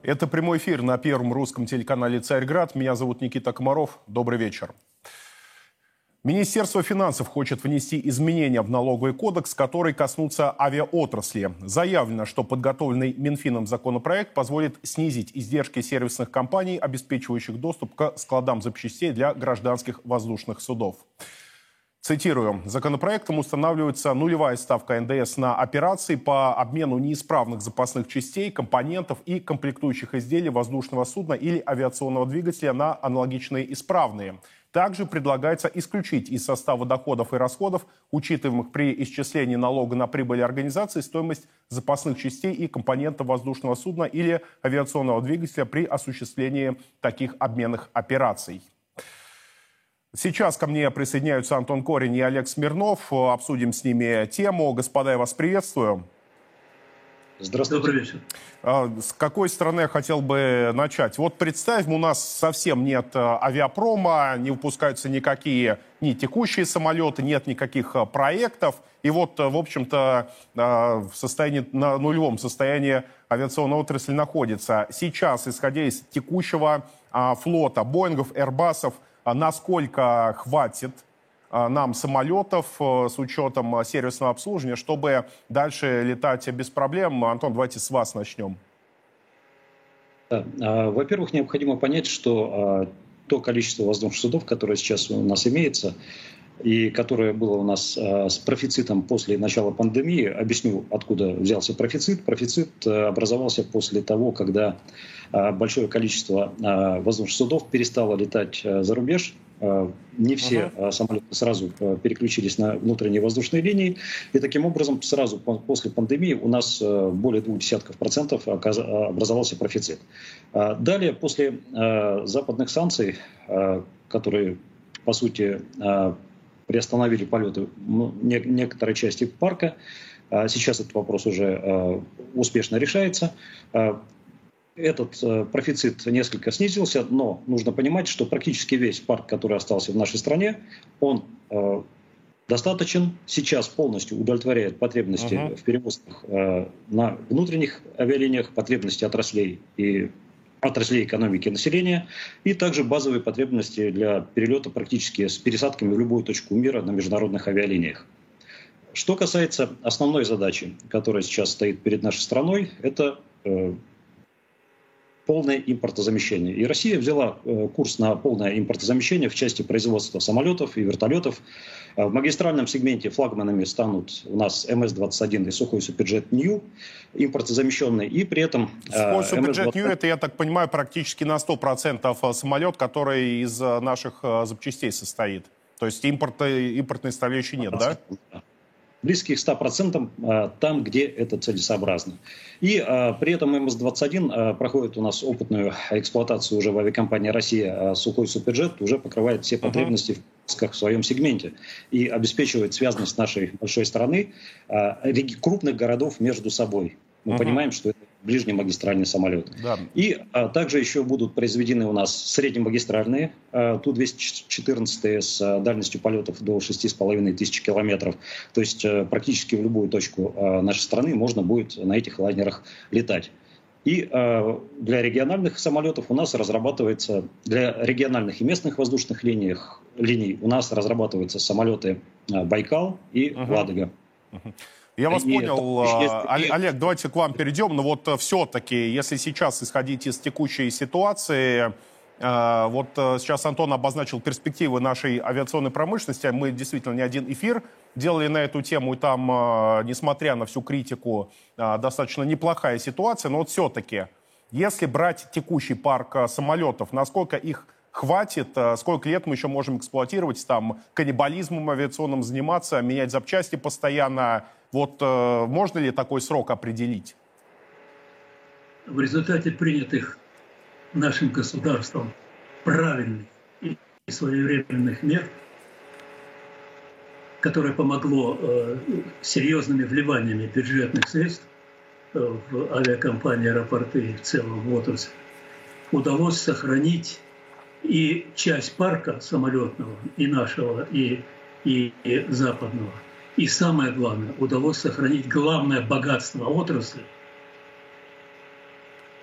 Это прямой эфир на первом русском телеканале «Царьград». Меня зовут Никита Комаров. Добрый вечер. Министерство финансов хочет внести изменения в налоговый кодекс, которые коснутся авиаотрасли. Заявлено, что подготовленный Минфином законопроект позволит снизить издержки сервисных компаний, обеспечивающих доступ к складам запчастей для гражданских воздушных судов. Цитирую. Законопроектом устанавливается нулевая ставка НДС на операции по обмену неисправных запасных частей, компонентов и комплектующих изделий воздушного судна или авиационного двигателя на аналогичные исправные. Также предлагается исключить из состава доходов и расходов, учитываемых при исчислении налога на прибыль организации, стоимость запасных частей и компонентов воздушного судна или авиационного двигателя при осуществлении таких обменных операций. Сейчас ко мне присоединяются Антон Корень и Олег Смирнов. Обсудим с ними тему. Господа, я вас приветствую. Здравствуйте. Добрый вечер. С какой стороны я хотел бы начать? Вот представим, у нас совсем нет авиапрома, не выпускаются никакие ни текущие самолеты, нет никаких проектов. И вот, в общем-то, в состоянии, на нулевом состоянии авиационная отрасль находится. Сейчас, исходя из текущего флота Боингов, Airbus'ов, насколько хватит нам самолетов с учетом сервисного обслуживания, чтобы дальше летать без проблем? Антон, давайте с вас начнем. Во-первых, необходимо понять, что то количество воздушных судов, которое сейчас у нас имеется, и которое было у нас с профицитом после начала пандемии. Объясню, откуда взялся профицит. Профицит образовался после того, когда большое количество воздушных судов перестало летать за рубеж. Не все самолеты сразу переключились на внутренние воздушные линии. И таким образом сразу после пандемии у нас более 0,2% образовался профицит. Далее, после западных санкций, которые, по сути, приостановили полеты некоторой части парка. Сейчас этот вопрос уже успешно решается. Этот профицит несколько снизился, но нужно понимать, что практически весь парк, который остался в нашей стране, он достаточен, сейчас полностью удовлетворяет потребности в перевозках на внутренних авиалиниях, потребности отраслей экономики населения, и также базовые потребности для перелета практически с пересадками в любую точку мира на международных авиалиниях. Что касается основной задачи, которая сейчас стоит перед нашей страной, это полное импортозамещение. И Россия взяла курс на полное импортозамещение в части производства самолетов и вертолетов. В магистральном сегменте флагманами станут у нас МС-21 и Сухой Суперджет Нью, импортозамещенные, и при этом... Сухой Суперджет Нью — это, я так понимаю, практически на 100% самолет, который из наших запчастей состоит. То есть импортной составляющей нет, да? Близких 100% там, где это целесообразно. И при этом МС-21 проходит у нас опытную эксплуатацию уже в авиакомпании «Россия». Сухой Суперджет уже покрывает все потребности в своем сегменте и обеспечивает связанность нашей большой страны, крупных городов между собой. Мы понимаем, что это ближнемагистральный самолет. Да. И также еще будут произведены у нас среднемагистральные Ту-214 с дальностью полетов до 6500 километров. То есть практически в любую точку нашей страны можно будет на этих лайнерах летать. И для региональных самолетов у нас разрабатывается, для региональных и местных воздушных линий у нас разрабатываются самолеты «Байкал» и «Ладога». Я вас понял. Олег, давайте к вам перейдем. Но вот все-таки, если сейчас исходить из текущей ситуации, вот сейчас Антон обозначил перспективы нашей авиационной промышленности. Мы действительно не один эфир делали на эту тему, и там, несмотря на всю критику, достаточно неплохая ситуация. Но вот все-таки, если брать текущий парк самолетов, насколько их хватит, сколько лет мы еще можем эксплуатировать, там, каннибализмом авиационным заниматься, менять запчасти постоянно? Вот можно ли такой срок определить? В результате принятых нашим государством правильных и своевременных мер, которое помогло серьезными вливаниями бюджетных средств в авиакомпании, аэропорты и в целом в отрасль, удалось сохранить и часть парка самолетного, и нашего, и западного. И самое главное, удалось сохранить главное богатство отрасли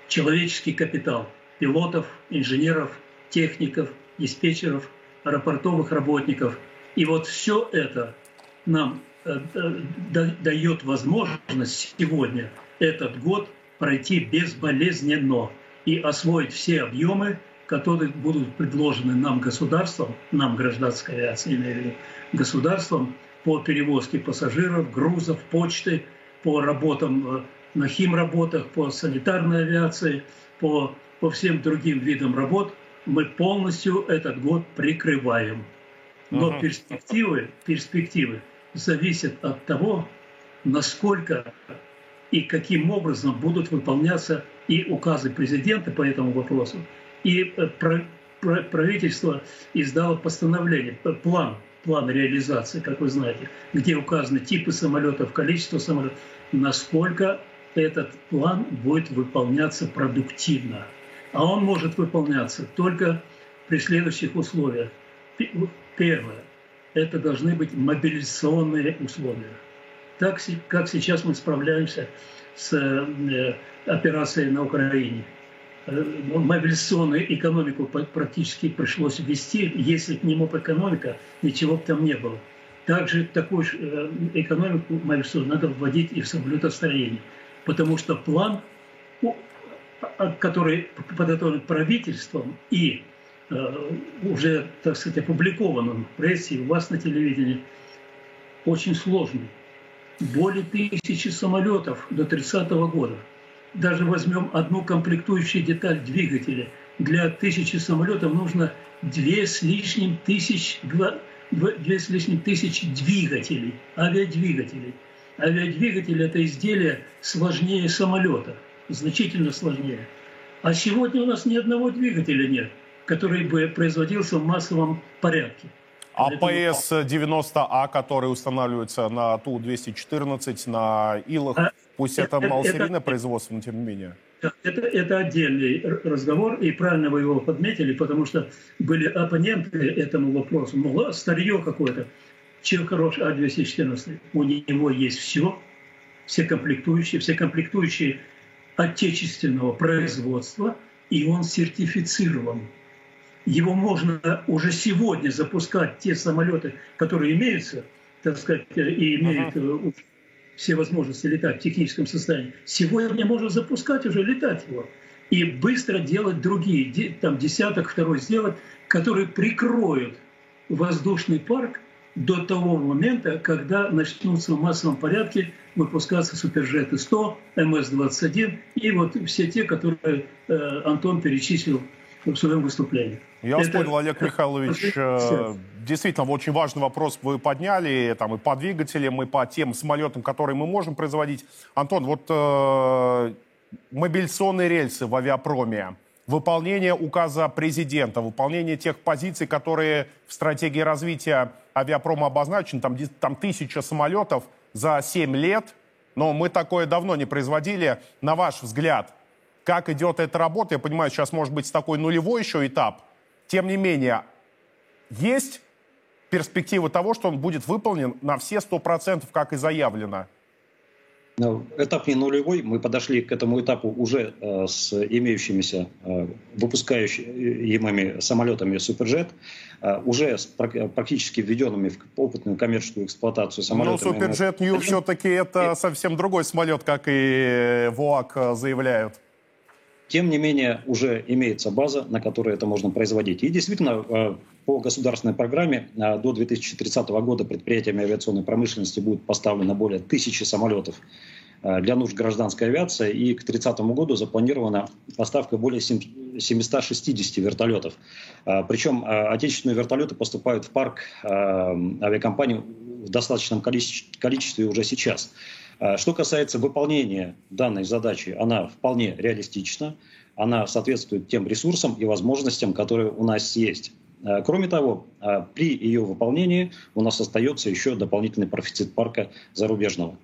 человеческий капитал пилотов, инженеров, техников, диспетчеров, аэропортовых работников. И вот все это нам дает возможность сегодня этот год пройти безболезненно и освоить все объемы, которые будут предложены нам государством, нам гражданской авиации, государством по перевозке пассажиров, грузов, почты, по работам на химработах, по санитарной авиации, по всем другим видам работ. Мы полностью этот год прикрываем. Но перспективы зависят от того, насколько и каким образом будут выполняться и указы президента по этому вопросу, и правительство издало постановление, план реализации, как вы знаете, где указаны типы самолетов, количество самолетов, насколько этот план будет выполняться продуктивно. А он может выполняться только при следующих условиях. Первое. Это должны быть мобилизационные условия. Так, как сейчас мы справляемся с операцией на Украине. Мобилизационную экономику практически пришлось ввести. Если бы не МОП-экономика, ничего бы там не было. Также такую же экономику мобилизационную надо вводить и в самолетостроении. Потому что план, который подготовлен правительством и уже, так сказать, опубликованным в прессе, у вас на телевидении, очень сложный. Более 1000 самолетов до 30-го года. Даже возьмем одну комплектующую деталь двигателя. Для 1000 самолетов нужно 2,5 тысячи двигателей, авиадвигателей. Авиадвигатель – это изделие сложнее самолета, значительно сложнее. А сегодня у нас ни одного двигателя нет, который бы производился в массовом порядке. А ПС-90А, который устанавливается на Ту-214, на Илах, пусть это малосерийное производство, но тем не менее. Это отдельный разговор, и правильно вы его подметили, потому что были оппоненты этому вопросу. Мол, старье какое-то. Чем хорош А-214? У него есть все комплектующие отечественного производства, и он сертифицирован. Его можно уже сегодня запускать, те самолеты, которые имеются, так сказать, и имеют все возможности летать в техническом состоянии. Сегодня можно запускать уже, летать его. И быстро делать другие, там десяток, второй сделать, которые прикроют воздушный парк до того момента, когда начнутся в массовом порядке выпускаться Суперджеты-100, МС-21 и вот все те, которые Антон перечислил в своем выступлении. Я вас понял, Олег Михайлович. Действительно, очень важный вопрос вы подняли, там, и по двигателям, и по тем самолетам, которые мы можем производить. Антон, вот мобилизационные рельсы в авиапроме, выполнение указа президента, выполнение тех позиций, которые в стратегии развития авиапрома обозначены, там 1000 самолетов за 7 лет, но мы такое давно не производили. На ваш взгляд, как идет эта работа? Я понимаю, сейчас может быть такой нулевой еще этап. Тем не менее, есть перспектива того, что он будет выполнен на все 100%, как и заявлено? Этап не нулевой. Мы подошли к этому этапу уже с имеющимися выпускаемыми самолетами «Суперджет», уже с практически введенными в опытную коммерческую эксплуатацию самолетами. Но «Суперджет Нью» все-таки это совсем другой самолет, как и ВОАК заявляют. Тем не менее, уже имеется база, на которой это можно производить. И действительно, по государственной программе до 2030 года предприятиями авиационной промышленности будет поставлено более 1000 самолетов для нужд гражданской авиации. И к 2030 году запланирована поставка более 760 вертолетов. Причем отечественные вертолеты поступают в парк авиакомпаний в достаточном количестве уже сейчас. Что касается выполнения данной задачи, она вполне реалистична, она соответствует тем ресурсам и возможностям, которые у нас есть. Кроме того, при ее выполнении у нас остается еще дополнительный профицит парка зарубежного.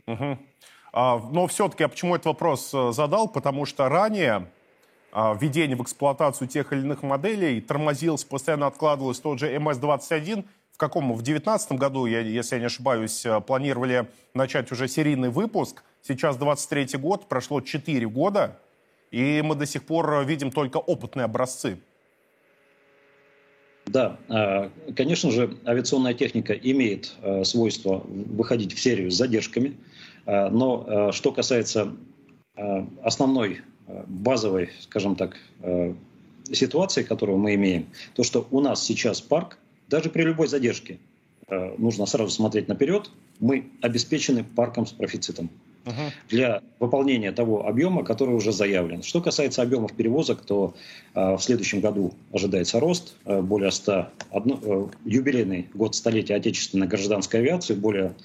Но все-таки, почему этот вопрос задал? Потому что ранее введение в эксплуатацию тех или иных моделей тормозилось, постоянно откладывалось. Тот же МС-21, в 2019 году, если я не ошибаюсь, планировали начать уже серийный выпуск. Сейчас 23 год, прошло 4 года. и мы до сих пор видим только опытные образцы. Да, конечно же, авиационная техника имеет свойство выходить в серию с задержками, но что касается основной, базовой, скажем так, ситуации, которую мы имеем, то, что у нас сейчас парк, даже при любой задержке, нужно сразу смотреть наперед, мы обеспечены парком с профицитом для выполнения того объема, который уже заявлен. Что касается объемов перевозок, то в следующем году ожидается рост, более 100, юбилейный год столетия отечественной гражданской авиации, более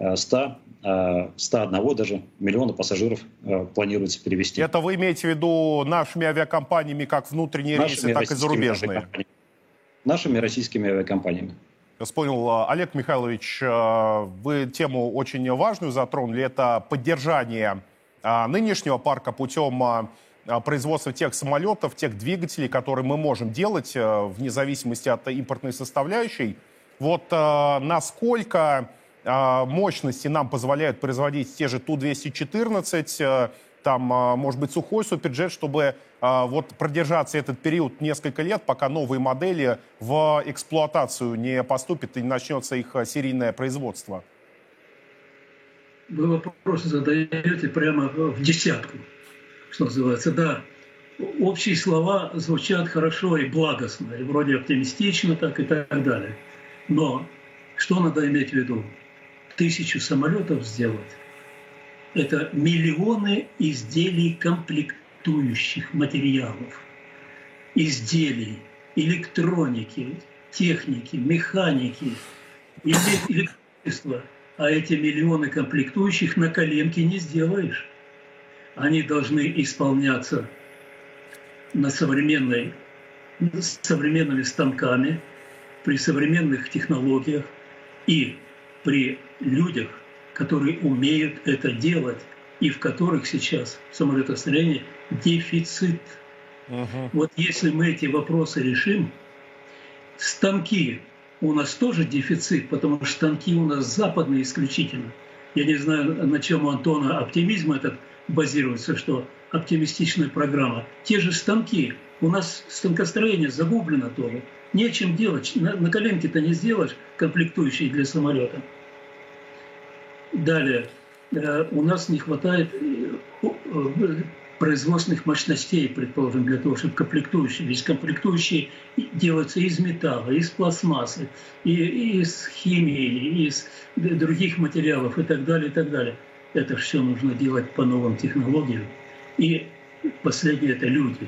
101 даже миллиона пассажиров планируется перевести. Это вы имеете в виду нашими авиакомпаниями, как внутренние рейсы, так и зарубежные? Нашими российскими авиакомпаниями. Я понял. Олег Михайлович, вы тему очень важную затронули. Это поддержание нынешнего парка путем производства тех самолетов, тех двигателей, которые мы можем делать вне зависимости от импортной составляющей. Вот насколько мощности нам позволяют производить те же Ту-214, там, может быть, сухой суперджет, чтобы вот продержаться этот период несколько лет, пока новые модели в эксплуатацию не поступят и не начнется их серийное производство? Вы вопросы задаете прямо в десятку, что называется. Да, общие слова звучат хорошо и благостно, и вроде оптимистично, так и так далее. Но что надо иметь в виду? 1000 самолетов сделать — это миллионы изделий комплектующих материалов, изделий, электроники, техники, механики, электричества. А эти миллионы комплектующих на коленке не сделаешь. Они должны исполняться современными станками, при современных технологиях и при людях, которые умеют это делать, и в которых сейчас в самолетостроении дефицит. Вот если мы эти вопросы решим, станки у нас тоже дефицит, потому что станки у нас западные исключительно. Я не знаю, на чем у Антона оптимизм этот базируется, что оптимистичная программа. Те же станки. У нас станкостроение загублено тоже. Нечем делать. На коленке-то не сделаешь комплектующие для самолета. Далее. У нас не хватает производственных мощностей, предположим, для того, чтобы комплектующие. Ведь комплектующие делаются из металла, из пластмассы, и из химии, из других материалов и так далее, и так далее. Это все нужно делать по новым технологиям. И последнее — это люди.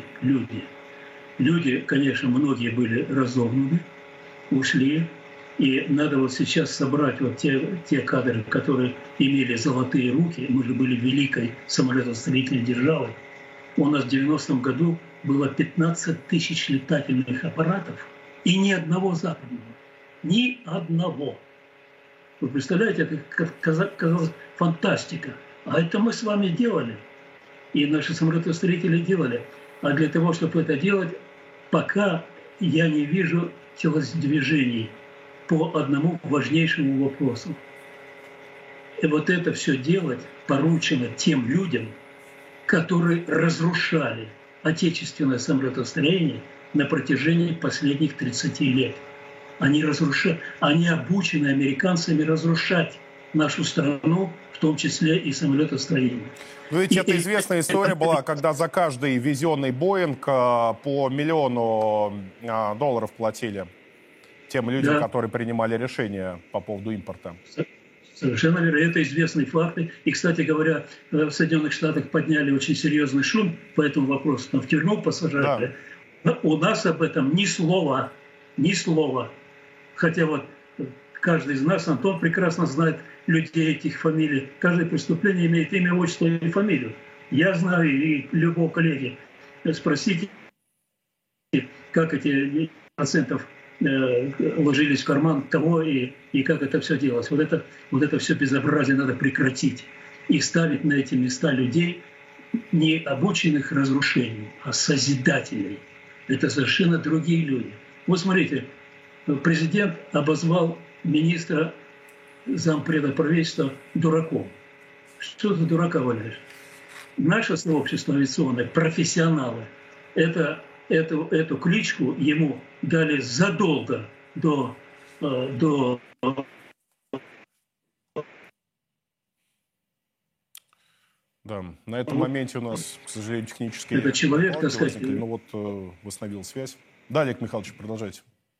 Люди, конечно, многие были разогнаны, ушли. И надо вот сейчас собрать вот те кадры, которые имели золотые руки. Мы же были великой самолетостроительной державой. У нас в 90-м году было 15 тысяч летательных аппаратов и ни одного западного. Ни одного. Вы представляете, это казалось фантастика. А это мы с вами делали. И наши самолетостроители делали. А для того, чтобы это делать, пока я не вижу телодвижений по одному важнейшему вопросу. И вот это все делать поручено тем людям, которые разрушали отечественное самолетостроение на протяжении последних 30 лет. Они обучены американцами разрушать нашу страну, в том числе и самолетостроение. Ну ведь это известная история была, когда за каждый везенный Боинг по $1 миллион платили тем людям, которые принимали решения по поводу импорта. Совершенно верно. Это известные факты. И, кстати говоря, в Соединенных Штатах подняли очень серьезный шум по этому вопросу. Там в тюрьму посажали. Да. У нас об этом ни слова. Ни слова. Хотя вот каждый из нас, Антон прекрасно знает людей этих фамилий. Каждое преступление имеет имя, отчество и фамилию. Я знаю, и любого коллеги. Спросите, как эти процентов ложились в карман того и как это все делалось. Вот это все безобразие надо прекратить и ставить на эти места людей, не обученных разрушению, а созидателей. Это совершенно другие люди. Вот смотрите, президент обозвал министра зампреда правительства дураком. Что ты дурака валяешь? наше сообщество авиационное, профессионалы, эту кличку ему дали задолго до Да, на этом моменте у нас, к сожалению, технические... Это человек, так сказать... Ну вот восстановил связь. Да, Олег Михайлович, продолжайте.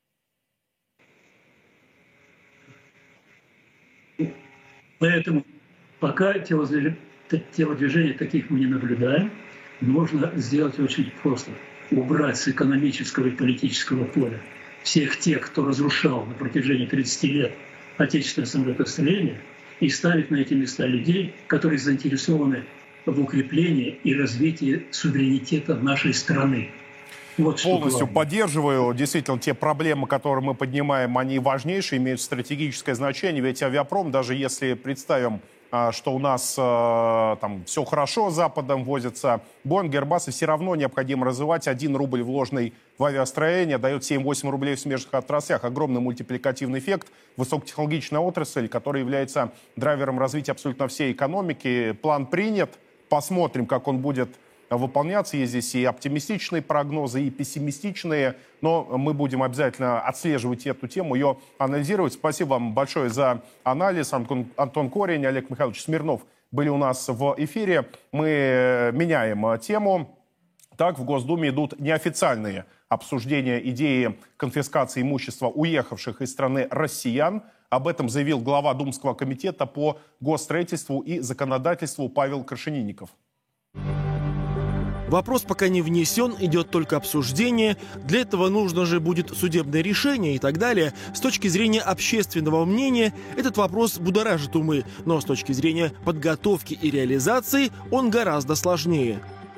Поэтому пока телодвижений таких мы не наблюдаем, нужно сделать очень просто. Убрать с экономического и политического поля всех тех, кто разрушал на протяжении 30 лет отечественное самолетостроение, и ставить на эти места людей, которые заинтересованы в укреплении и развитии суверенитета нашей страны. Вот полностью поддерживаю. Действительно, те проблемы, которые мы поднимаем, они важнейшие, имеют стратегическое значение. Ведь авиапром, даже если представим, что у нас там все хорошо, с Западом возятся Боинг, Airbus, все равно необходимо развивать. 1 рубль, вложенный в авиастроение, дает 7-8 рублей в смежных отраслях. Огромный мультипликативный эффект. Высокотехнологичная отрасль, которая является драйвером развития абсолютно всей экономики. План принят. Посмотрим, как он будет выполняться. Есть здесь и оптимистичные прогнозы, и пессимистичные. Но мы будем обязательно отслеживать эту тему, ее анализировать. Спасибо вам большое за анализ. Антон Корень, Олег Михайлович Смирнов были у нас в эфире. Мы меняем тему. Так, в Госдуме идут неофициальные обсуждения идеи конфискации имущества уехавших из страны россиян. Об этом заявил глава Думского комитета по госстроительству и законодательству Павел Крашенинников. Вопрос пока не внесен, идет только обсуждение. Для этого нужно же будет судебное решение и так далее. С точки зрения общественного мнения этот вопрос будоражит умы, но с точки зрения подготовки и реализации он гораздо сложнее.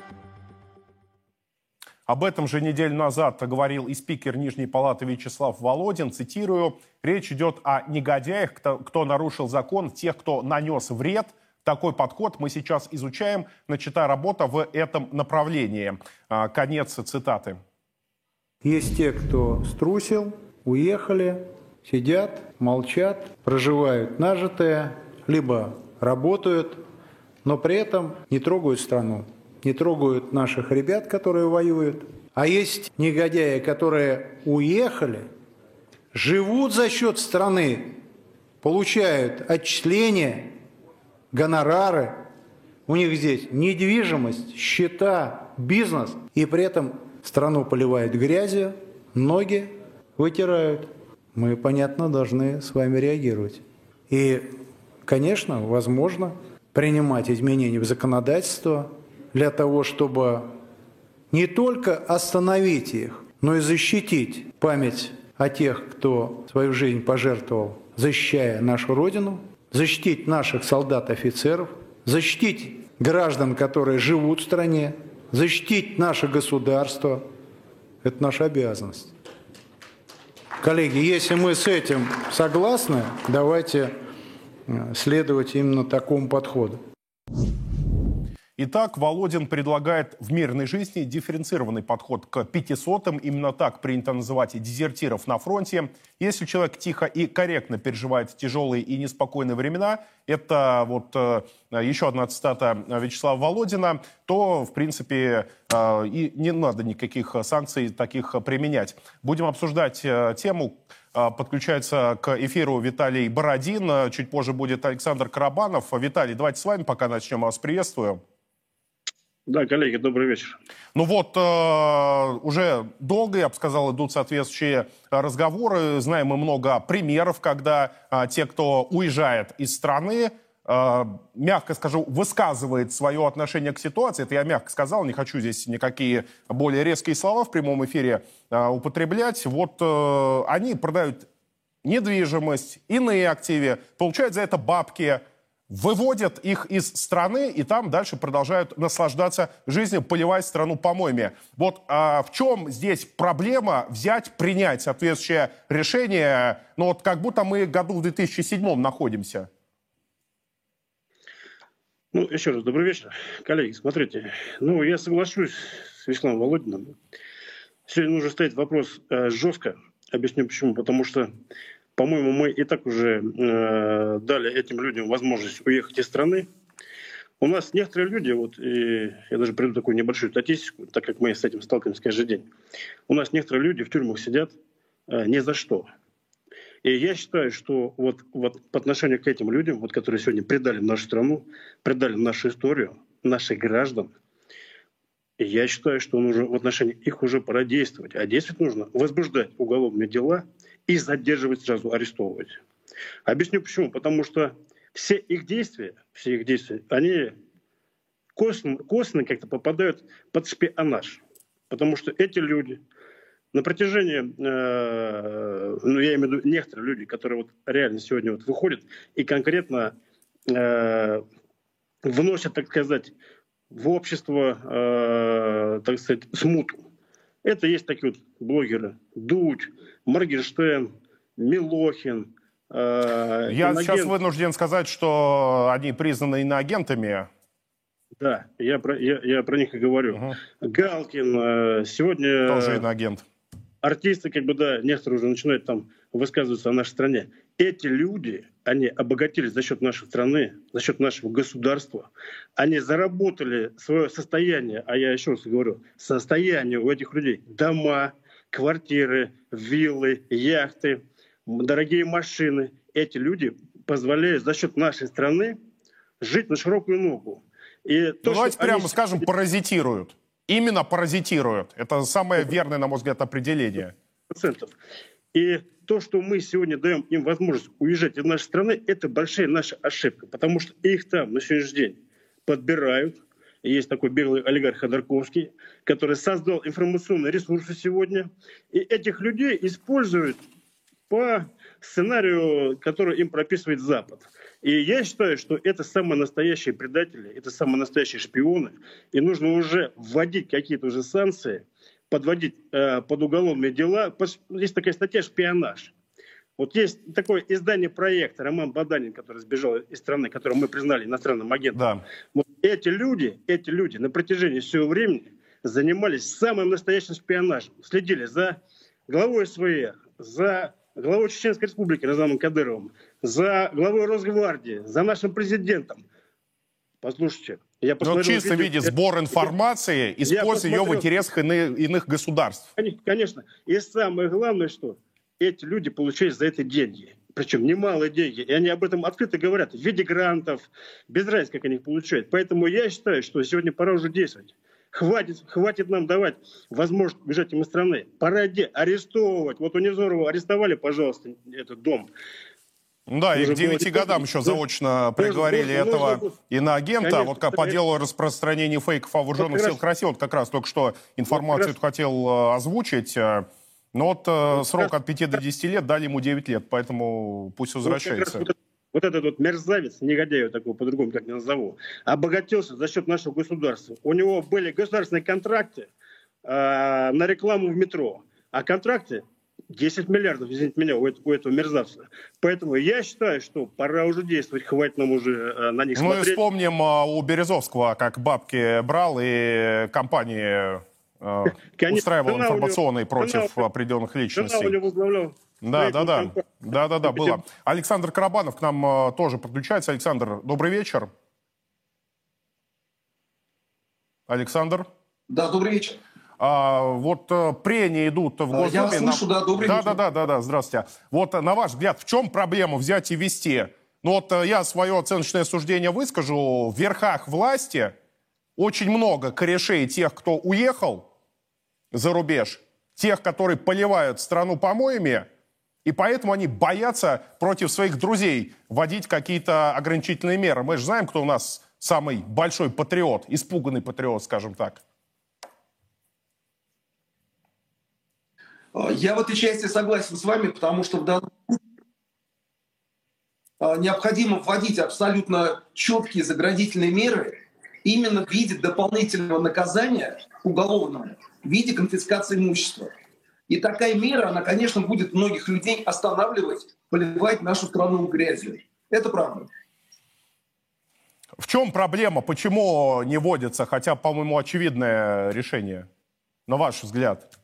Об этом же неделю назад говорил и спикер Нижней палаты Вячеслав Володин. Цитирую: «Речь идет о негодяях, кто нарушил закон, тех, кто нанес вред». Такой подход мы сейчас изучаем, начата работа в этом направлении. Конец цитаты. Есть те, кто струсил, уехали, сидят, молчат, проживают нажитое, либо работают, но при этом не трогают страну, не трогают наших ребят, которые воюют. А есть негодяи, которые уехали, живут за счет страны, получают отчисления, гонорары, у них здесь недвижимость, счета, бизнес, и при этом страну поливают грязью, ноги вытирают. Мы, понятно, должны с вами реагировать. И, конечно, возможно принимать изменения в законодательство для того, чтобы не только остановить их, но и защитить память о тех, кто свою жизнь пожертвовал, защищая нашу Родину, защитить наших солдат-офицеров, защитить граждан, которые живут в стране, защитить наше государство. Это наша обязанность. Коллеги, если мы с этим согласны, давайте следовать именно такому подходу. Итак, Володин предлагает в мирной жизни дифференцированный подход к 500-м. Именно так принято называть дезертиров на фронте. Если человек тихо и корректно переживает тяжелые и неспокойные времена, это вот еще одна цитата Вячеслава Володина, то, в принципе, и не надо никаких санкций таких применять. Будем обсуждать тему. Подключается к эфиру Виталий Бородин. Чуть позже будет Александр Карабанов. Виталий, давайте с вами пока начнем. Я вас приветствую. Да, коллеги, добрый вечер. Ну вот, уже долго, я бы сказал, идут соответствующие разговоры. Знаем мы много примеров, когда те, кто уезжает из страны, мягко скажу, высказывает свое отношение к ситуации. Это я мягко сказал, не хочу здесь никакие более резкие слова в прямом эфире употреблять. Вот они продают недвижимость, иные активы, получают за это бабки, выводят их из страны и там дальше продолжают наслаждаться жизнью, поливая страну помоями. Вот в чем здесь проблема принять соответствующее решение, ну вот как будто мы году в 2007 находимся? Ну, еще раз, добрый вечер. Коллеги, смотрите, ну, я соглашусь с Вячеславом Володиным. Сегодня нужно ставить вопрос жестко. Объясню почему. Потому что, по-моему, мы и так уже дали этим людям возможность уехать из страны. У нас некоторые люди, вот, и я даже приведу такую небольшую статистику, так как мы с этим сталкиваемся каждый день. У нас некоторые люди в тюрьмах сидят ни за что. И я считаю, что вот по отношению к этим людям, вот, которые сегодня предали нашу страну, предали нашу историю, наших граждан, я считаю, что нужно в отношении их уже пора действовать. А действовать нужно возбуждать уголовные дела и задерживать сразу, арестовывать. Объясню почему. Потому что все их действия, они косвенно как-то попадают под шпионаж. Потому что эти люди на протяжении, ну я имею в виду некоторые люди, которые вот реально сегодня вот выходят и конкретно вносят, так сказать, в общество, так сказать, смуту. Это есть такие вот блогеры: Дудь, Моргенштерн, Милохин. Я сейчас вынужден сказать, что они признаны иноагентами. Да, я про них и говорю. Угу. Галкин сегодня... Тоже иноагент. Артисты, как бы, да, некоторые уже начинают там высказываться о нашей стране. Эти люди, они обогатились за счет нашей страны, за счет нашего государства. Они заработали свое состояние, а я еще раз говорю, состояние у этих людей: дома, квартиры, виллы, яхты, дорогие машины. Эти люди позволяют за счет нашей страны жить на широкую ногу. И то, давайте прямо скажем, паразитируют. Именно паразитируют. Это самое верное, на мой взгляд, определение. И то, что мы сегодня даем им возможность уезжать из нашей страны, это большая наша ошибка. Потому что их там на сегодняшний день подбирают. Есть такой беглый олигарх Ходорковский, который создал информационные ресурсы сегодня. И этих людей используют по сценарию, который им прописывает Запад. И я считаю, что это самые настоящие предатели, это самые настоящие шпионы. И нужно уже вводить какие-то уже санкции, подводить под уголовные дела. Есть такая статья «Шпионаж». Вот есть такое издание проекта Роман Баданин, который сбежал из страны, которого мы признали иностранным агентом. Да. Вот эти люди на протяжении всего времени занимались самым настоящим шпионажем. Следили за главой СВР, за главой Чеченской Республики Рамзаном Кадыровым, за главой Росгвардии, за нашим президентом. Послушайте, я посмотрел... Но в чистом виде сбор информации, используя ее в интересах иных государств. Конечно. И самое главное, что эти люди получают за это деньги. Причем немалые деньги. И они об этом открыто говорят. В виде грантов. Без разницы, как они их получают. Поэтому я считаю, что сегодня пора уже действовать. Хватит нам давать возможность бежать им из страны. Пора арестовывать. Вот у Невзорова арестовали, пожалуйста, этот дом. Да, и к 9 годам еще заочно приговорили этого иноагента. Конечно, вот по делу распространения фейков о вооруженных силах России, вот как раз только что информацию хотел озвучить. Но вот срок от 5 до 10 лет, дали ему 9 лет, поэтому пусть возвращается. Вот этот вот мерзавец, негодяй, такого по-другому как не назову, обогатился за счет нашего государства. У него были государственные контракты на рекламу в метро, а контракты 10 миллиардов, извините меня, у этого мерзавца. Поэтому я считаю, что пора уже действовать, хватит нам уже на них смотреть. Ну и вспомним у Березовского, как бабки брал и компании устраивал информационные против определенных личностей. Да, было. Александр Карабанов к нам тоже подключается. Александр, добрый вечер. Александр? Да, добрый вечер. Вот прения идут в Госдуме. Я вас слышу, да, добрый вечер. Да, здравствуйте. Вот на ваш взгляд, в чем проблема взять и вести? Ну вот я свое оценочное суждение выскажу. В верхах власти очень много корешей тех, кто уехал за рубеж, тех, которые поливают страну помоями, и поэтому они боятся против своих друзей вводить какие-то ограничительные меры. Мы же знаем, кто у нас самый большой патриот, испуганный патриот, скажем так. Я в этой части согласен с вами, потому что в данном случае необходимо вводить абсолютно четкие заградительные меры именно в виде дополнительного наказания уголовного, в виде конфискации имущества. И такая мера, она, конечно, будет многих людей останавливать, поливать нашу страну грязью. Это правда. В чем проблема? Почему не вводится? Хотя, по-моему, очевидное решение, на ваш взгляд.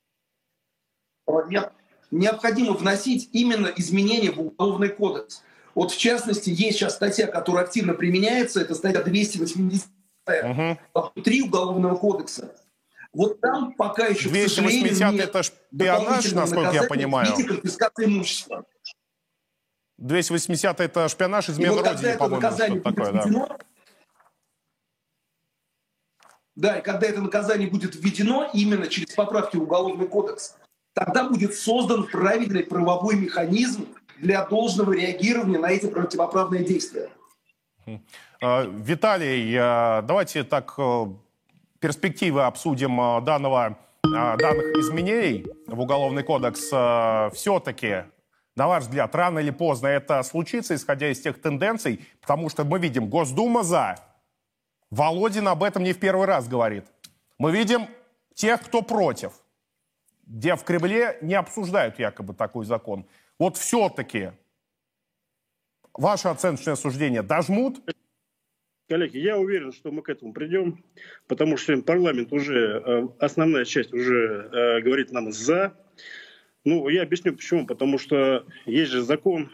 Необходимо вносить именно изменения в Уголовный кодекс. Вот в частности, есть сейчас статья, которая активно применяется, это статья 280 3 Уголовного кодекса. Вот там пока еще, 280 это шпионаж, насколько я понимаю. В виде конфискации имущества. 280 это шпионаж, измена Родине, по-моему, что-то такое, да. Да, и когда это наказание будет введено именно через поправки в Уголовный кодекс, тогда будет создан правильный правовой механизм для должного реагирования на эти противоправные действия. Виталий, давайте так перспективы обсудим данных изменений в Уголовный кодекс. Все-таки, на ваш взгляд, рано или поздно это случится, исходя из тех тенденций, потому что мы видим, Госдума за. Володин об этом не в первый раз говорит. Мы видим тех, кто против, где в Кремле не обсуждают якобы такой закон. Вот все-таки ваше оценочное суждение дожмут? Коллеги, я уверен, что мы к этому придем, потому что парламент уже, основная часть уже говорит нам «за». Ну, я объясню почему. Потому что есть же закон,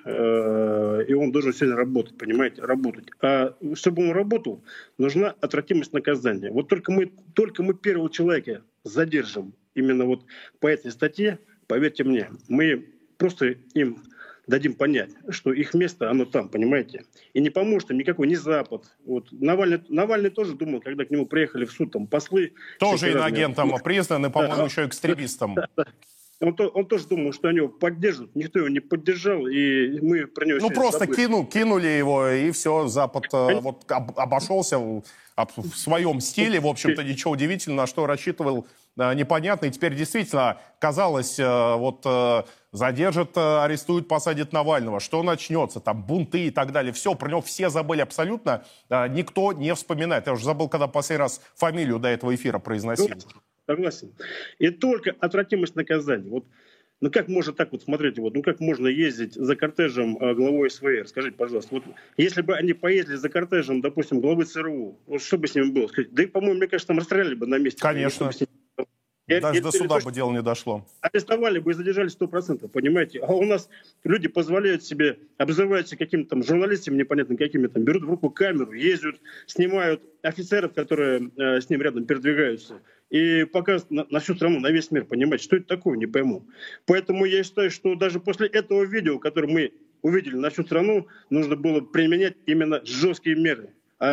и он должен сегодня работать, понимаете, работать. А чтобы он работал, нужна отвратимость наказания. Вот только мы первого человека задержим именно вот по этой статье, поверьте мне, мы просто им дадим понять, что их место, оно там, понимаете? И не поможет им никакой ни Запад. Вот. Навальный тоже думал, когда к нему приехали в суд там послы. Тоже иноагентом признан и, по-моему, еще экстремистом. Он тоже думал, что они его поддержат. Никто его не поддержал, и мы про него... Ну, просто кинули его, и все, Запад вот, обошелся в своем стиле. В общем-то, ничего удивительного, на что рассчитывал, непонятно. И теперь действительно, казалось, вот задержат, арестуют, посадят Навального. Что начнется? Там бунты и так далее. Все, про него все забыли абсолютно. Никто не вспоминает. Я уже забыл, когда последний раз фамилию до этого эфира произносил. Согласен. И только отвратимость наказания. Вот, ну как можно так вот, смотрите, вот, ну как можно ездить за кортежем главой СВР? Скажите, пожалуйста, вот, если бы они поездили за кортежем, допустим, главы ЦРУ, вот что бы с ними было? Скажите, да и, по-моему, мне кажется, там расстреляли бы на месте. Конечно. Даже до суда бы дело не дошло. Арестовали бы и задержали 100%, понимаете? А у нас люди позволяют себе, обзываются какими-то там журналистами непонятно какими, там берут в руку камеру, ездят, снимают офицеров, которые с ним рядом передвигаются, и показывают на всю страну, на весь мир, понимаете? Что это такое, не пойму. Поэтому я считаю, что даже после этого видео, которое мы увидели на всю страну, нужно было применять именно жесткие меры.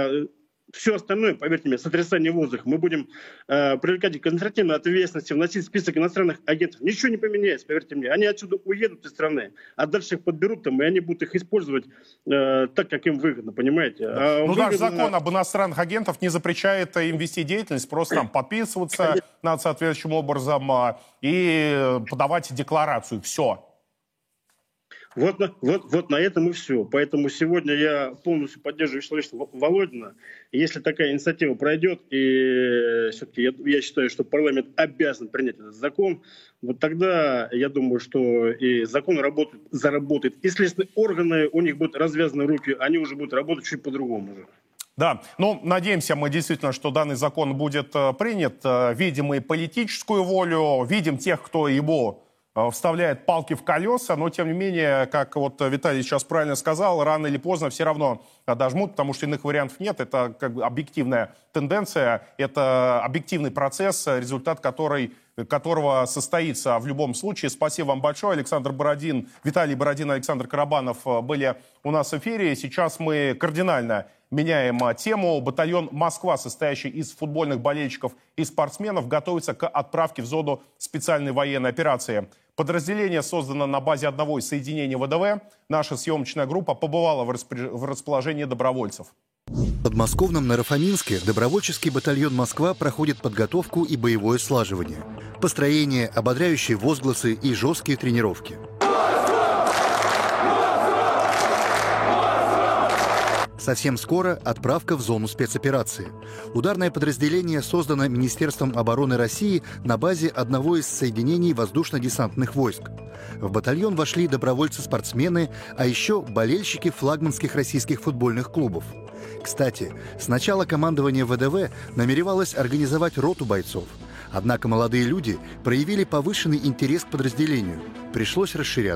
Все остальное, поверьте мне, сотрясание воздуха. Мы будем привлекать к административной ответственности, вносить список иностранных агентов. Ничего не поменяется, поверьте мне. Они отсюда уедут из страны, а дальше их подберут там, и они будут их использовать так, как им выгодно, понимаете? Даже закон об иностранных агентах не запрещает им вести деятельность, просто там подписываться над соответствующим образом и подавать декларацию. Все. Вот на этом и все. Поэтому сегодня я полностью поддерживаю Вячеслава Володина. Если такая инициатива пройдет, и все-таки я считаю, что парламент обязан принять этот закон, вот тогда я думаю, что и закон заработает. И следственные органы, у них будут развязаны руки, они уже будут работать чуть по-другому уже. Да, ну, надеемся мы действительно, что данный закон будет принят. Видим и политическую волю, видим тех, кто его вставляет палки в колеса, но тем не менее, как вот Виталий сейчас правильно сказал, рано или поздно все равно дожмут, потому что иных вариантов нет. Это как бы объективная тенденция, это объективный процесс, результат которого состоится в любом случае. Спасибо вам большое. Александр Бородин, Виталий Бородин, Александр Карабанов были у нас в эфире. Сейчас мы кардинально меняем тему. Батальон «Москва», состоящий из футбольных болельщиков и спортсменов, готовится к отправке в зону специальной военной операции. Подразделение создано на базе одного из соединений ВДВ. Наша съемочная группа побывала в расположении добровольцев. В подмосковном Наро-Фоминске добровольческий батальон «Москва» проходит подготовку и боевое слаживание. Построение, ободряющие возгласы и жесткие тренировки. Совсем скоро отправка в зону спецоперации. Ударное подразделение создано Министерством обороны России на базе одного из соединений воздушно-десантных войск. В батальон вошли добровольцы-спортсмены, а еще болельщики флагманских российских футбольных клубов. Кстати, сначала командование ВДВ намеревалось организовать роту бойцов. Однако молодые люди проявили повышенный интерес к подразделению. Пришлось расширяться.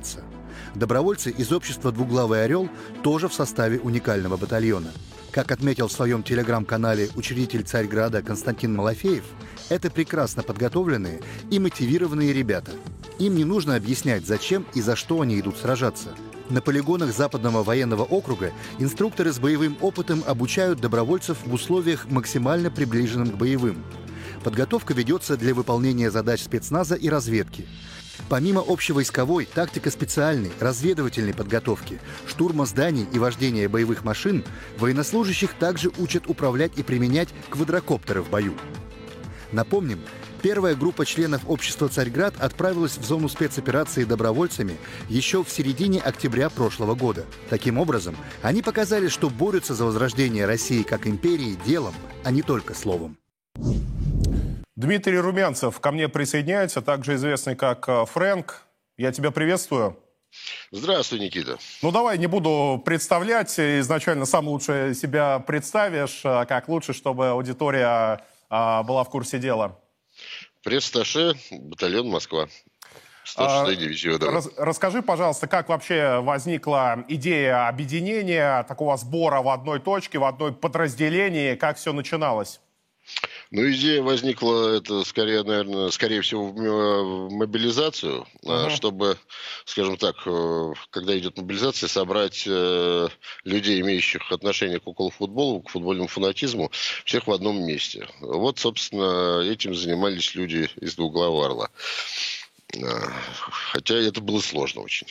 Добровольцы из общества «Двуглавый орел» тоже в составе уникального батальона. Как отметил в своем телеграм-канале учредитель Царьграда Константин Малафеев, это прекрасно подготовленные и мотивированные ребята. Им не нужно объяснять, зачем и за что они идут сражаться. На полигонах Западного военного округа инструкторы с боевым опытом обучают добровольцев в условиях, максимально приближенных к боевым. Подготовка ведется для выполнения задач спецназа и разведки. Помимо общевойсковой, тактико-специальной, разведывательной подготовки, штурма зданий и вождения боевых машин, военнослужащих также учат управлять и применять квадрокоптеры в бою. Напомним, первая группа членов общества «Царьград» отправилась в зону спецоперации добровольцами еще в середине октября прошлого года. Таким образом, они показали, что борются за возрождение России как империи делом, а не только словом. Дмитрий Румянцев ко мне присоединяется, также известный как Фрэнк. Я тебя приветствую. Здравствуй, Никита. Ну давай, не буду представлять. Изначально сам лучше себя представишь, как лучше, чтобы аудитория была в курсе дела. Пресс-атташе, батальон Москва. 106-й дивизион. Расскажи, пожалуйста, как вообще возникла идея объединения, такого сбора в одной точке, в одной подразделении, как все начиналось? Ну, идея возникла, это скорее, наверное, скорее всего, в мобилизацию, чтобы, скажем так, когда идет мобилизация, собрать людей, имеющих отношение к околофутболу, к футбольному фанатизму, всех в одном месте. Вот, собственно, этим занимались люди из «Двуглавого орла». Хотя это было сложно очень.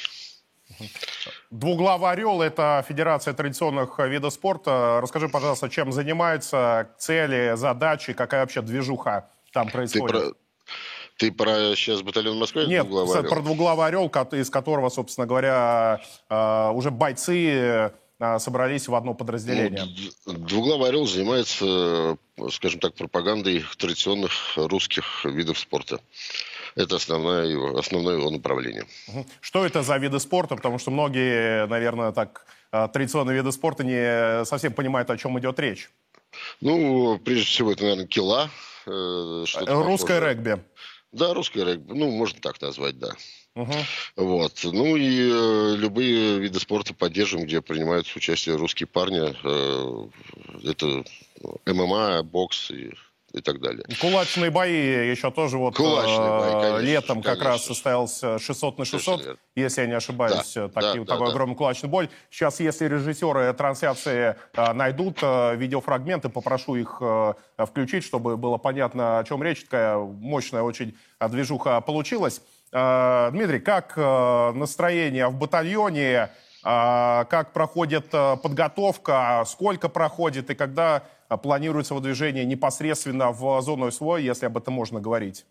«Двуглавый орел» — это федерация традиционных видов спорта. Расскажи, пожалуйста, чем занимается, цели, задачи, какая вообще движуха там происходит? Ты про сейчас батальон Москвы? Нет, про «Двуглавый орел», из которого, собственно говоря, уже бойцы собрались в одно подразделение. «Двуглавый орел» занимается, скажем так, пропагандой традиционных русских видов спорта. Это основное его направление. Что это за виды спорта? Потому что многие, наверное, так традиционные виды спорта не совсем понимают, о чем идет речь. Ну, прежде всего, это, наверное, кила. Русское регби. Да, русское регби. Ну, можно так назвать, да. Вот. Ну и любые виды спорта поддерживаем, где принимают участие русские парни. Это ММА, бокс и так далее. Кулачные бои еще тоже вот бои, конечно, летом как раз состоялся 600 на 600, если я не ошибаюсь, такой огромный кулачный бой. Сейчас, если режиссеры трансляции найдут видеофрагменты, попрошу их включить, чтобы было понятно, о чем речь. Такая мощная очень движуха получилась. Дмитрий, как настроение в батальоне, как проходит подготовка, сколько проходит и когда планируется выдвижение непосредственно в зону СВО, если об этом можно говорить?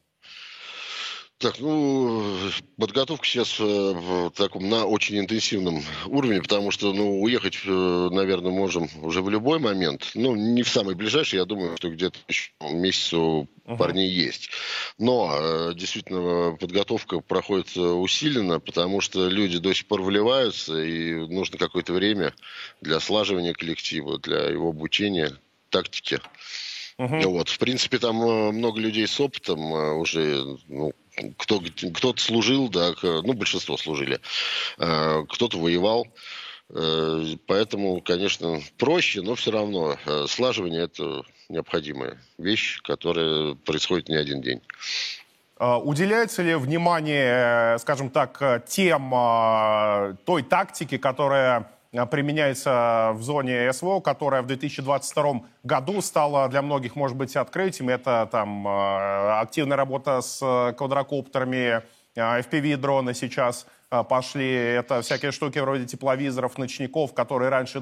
Так, ну, подготовка сейчас на очень интенсивном уровне, потому что, уехать, наверное, можем уже в любой момент. Ну, не в самый ближайший, я думаю, что где-то еще месяц у парней есть. Но, действительно, подготовка проходит усиленно, потому что люди до сих пор вливаются, и нужно какое-то время для слаживания коллектива, для его обучения, тактики. Вот. В принципе, там много людей с опытом уже, кто-то служил, да, большинство служили, кто-то воевал, поэтому, конечно, проще, но все равно слаживание – это необходимая вещь, которая происходит не один день. Уделяется ли внимание, скажем так, тем той тактики, которая применяется в зоне СВО, которая в 2022 году стала для многих, может быть, открытием? Это там активная работа с квадрокоптерами, FPV-дроны сейчас пошли. Это всякие штуки вроде тепловизоров, ночников, которые раньше,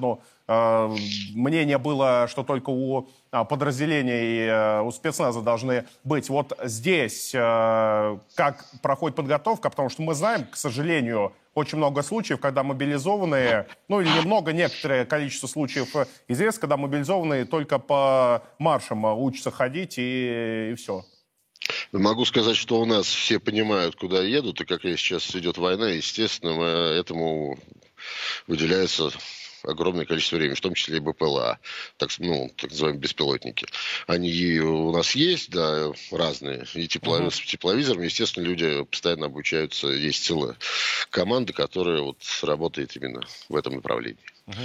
мнение было, что только у подразделений, у спецназа должны быть. Вот здесь как проходит подготовка? Потому что мы знаем, к сожалению, очень много случаев, когда мобилизованные, или немного, некоторое количество случаев известно, когда мобилизованные только по маршам учатся ходить и все. Могу сказать, что у нас все понимают, куда едут, и как сейчас идет война, естественно, этому выделяется огромное количество времени, в том числе и БПЛА, так называемые беспилотники. Они у нас есть, да, разные. И с тепловизором, естественно, люди постоянно обучаются. Есть целая команда, которая вот работает именно в этом направлении.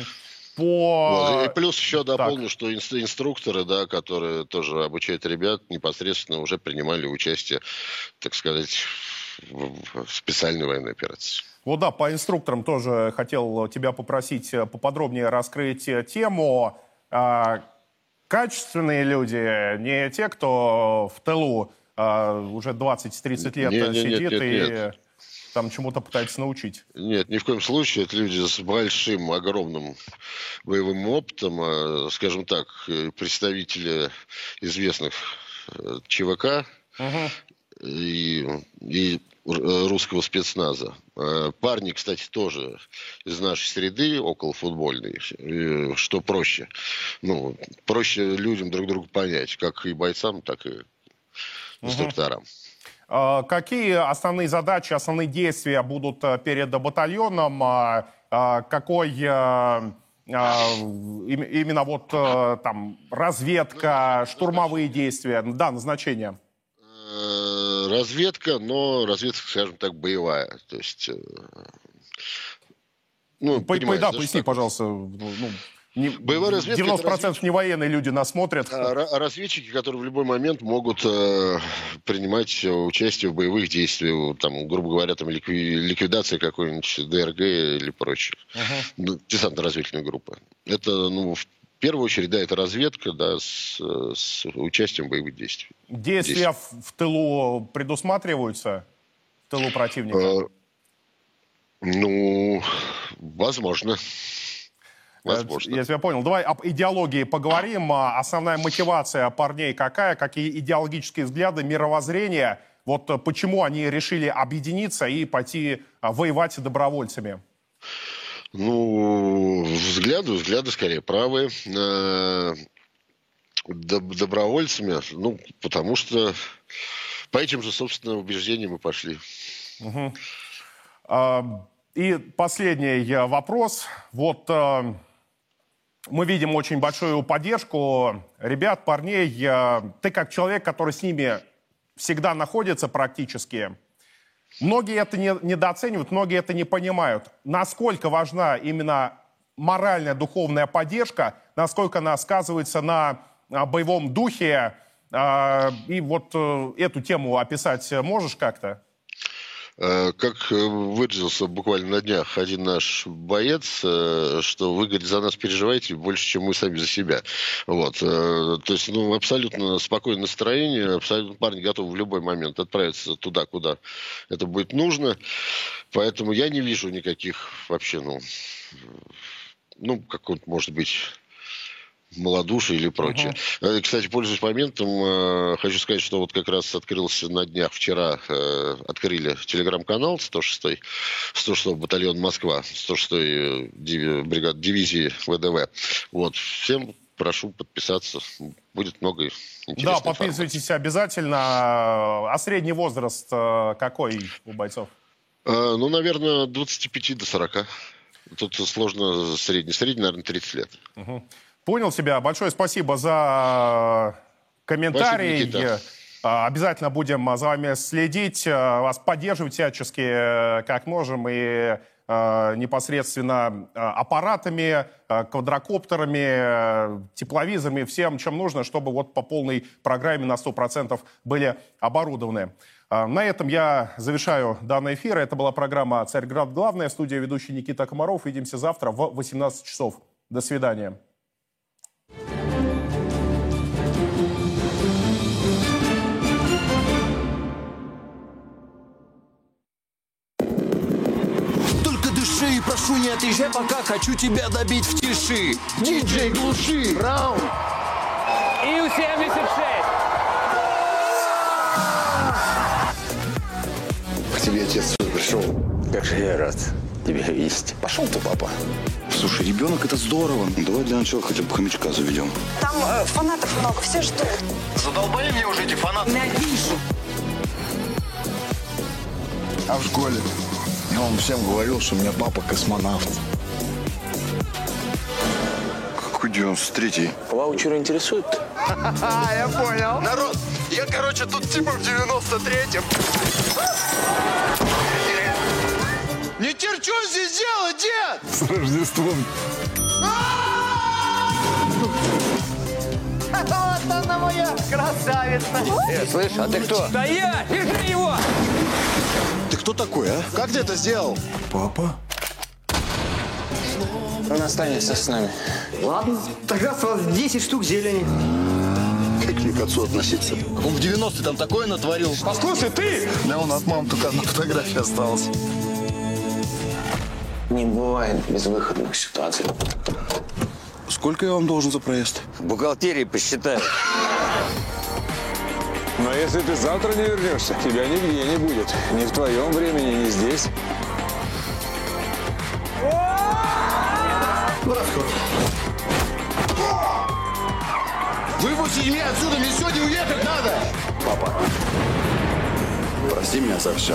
И плюс еще дополню, что инструкторы, да, которые тоже обучают ребят, непосредственно уже принимали участие, так сказать, в специальной военной операции. Вот да, по инструкторам тоже хотел тебя попросить поподробнее раскрыть тему. Качественные люди, не те, кто в тылу уже 20-30 лет сидит и там чему-то пытается научить. Нет, ни в коем случае. Это люди с большим, огромным боевым опытом. Скажем так, представители известных ЧВК и русского спецназа. Парни, кстати, тоже из нашей среды, околофутбольной, что проще. Проще людям друг друга понять, как и бойцам, так и инструкторам. Какие основные задачи, основные действия будут перед батальоном? Какой именно вот там разведка, штурмовые действия, да, назначение? Разведка, но разведка, скажем так, боевая. То есть, поясни, пожалуйста. Боевая разведка, 90% не военные люди нас смотрят. Разведчики, которые в любой момент могут принимать участие в боевых действиях, там, грубо говоря, там, ликвидация какой-нибудь ДРГ или прочее. Десантно-разведывательной группы. Это, в первую очередь, да, это разведка, да, с участием в боевых действиях. Действия в тылу предусматриваются? В тылу противника? Возможно. Возможно. Я тебя понял. Давай об идеологии поговорим. Основная мотивация парней какая? Какие идеологические взгляды, мировоззрения? Вот почему они решили объединиться и пойти воевать добровольцами? Взгляды скорее правые. Добровольцами, потому что по этим же, собственно, убеждениям мы пошли. И последний вопрос. Вот мы видим очень большую поддержку ребят, парней. Ты как человек, который с ними всегда находится практически, многие это недооценивают, многие это не понимают. Насколько важна именно моральная, духовная поддержка, насколько она сказывается на боевом духе. И вот эту тему описать можешь как-то? Как выразился буквально на днях один наш боец, что вы, говорит, за нас переживаете больше, чем мы сами за себя. Вот. То есть, абсолютно спокойное настроение, абсолютно парни готовы в любой момент отправиться туда, куда это будет нужно. Поэтому я не вижу никаких вообще, какого-то, может быть, малодушие или прочее. Кстати, пользуясь моментом, хочу сказать, что вот как раз открылся на днях, вчера открыли телеграм-канал 106-й батальон Москва, 106-й бригады дивизии ВДВ. Вот, всем прошу подписаться, будет много интересной Да, подписывайтесь обязательно. А средний возраст какой у бойцов? Наверное, 25 до 40. Тут сложно средний. Средний, наверное, 30 лет. Понял тебя. Большое спасибо за комментарий. Спасибо, обязательно будем за вами следить, вас поддерживать всячески, как можем, и непосредственно аппаратами, квадрокоптерами, тепловизорами, всем, чем нужно, чтобы вот по полной программе на 100% были оборудованы. На этом я завершаю данный эфир. Это была программа «Царьград. Главное». В студии ведущий Никита Комаров. Увидимся завтра в 18 часов. До свидания. Прошу, не отъезжай, пока хочу тебя добить в тиши. Диджей, глуши. Раунд. Ил-76. К тебе отец пришел. Как же я рад тебя видеть. Пошел ты, папа. Слушай, ребенок, это здорово. Давай для начала хотя бы хомячка заведем. Там фанатов много, все ждут. Задолбали мне уже эти фанаты. Ненавижу. А в школе? Он всем говорил, что у меня папа космонавт. 93-й. Ваучеры интересуют? Я понял. Народ, я, тут типа в 93-м. Не терчу здесь делать, дед! С Рождеством. Вот она моя красавица. Слышь, а ты кто? Да я! Держи его! Ты кто такой, а? Как ты это сделал? Папа? Он останется с нами. Ладно, тогда с вас 10 штук зелени. Как ли к отцу относиться? Он в 90-е там такое натворил. Послушай, ты! Да он от мамы только одна фотография осталась. Не бывает безвыходных ситуаций. Сколько я вам должен за проезд? В бухгалтерии посчитаю. Но если ты завтра не вернешься, тебя нигде не будет. Ни в твоем времени, ни здесь. В расход. Выпусти меня отсюда, мне сегодня уехать надо! Папа, прости меня за все.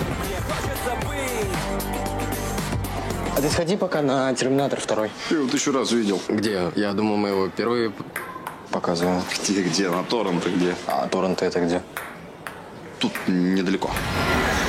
А ты сходи пока на «Терминатор 2». Ты его 1000 раз видел. Где? Я думал, мы его впервые показываем. Где? На торренты где? А торренты это где? Тут недалеко.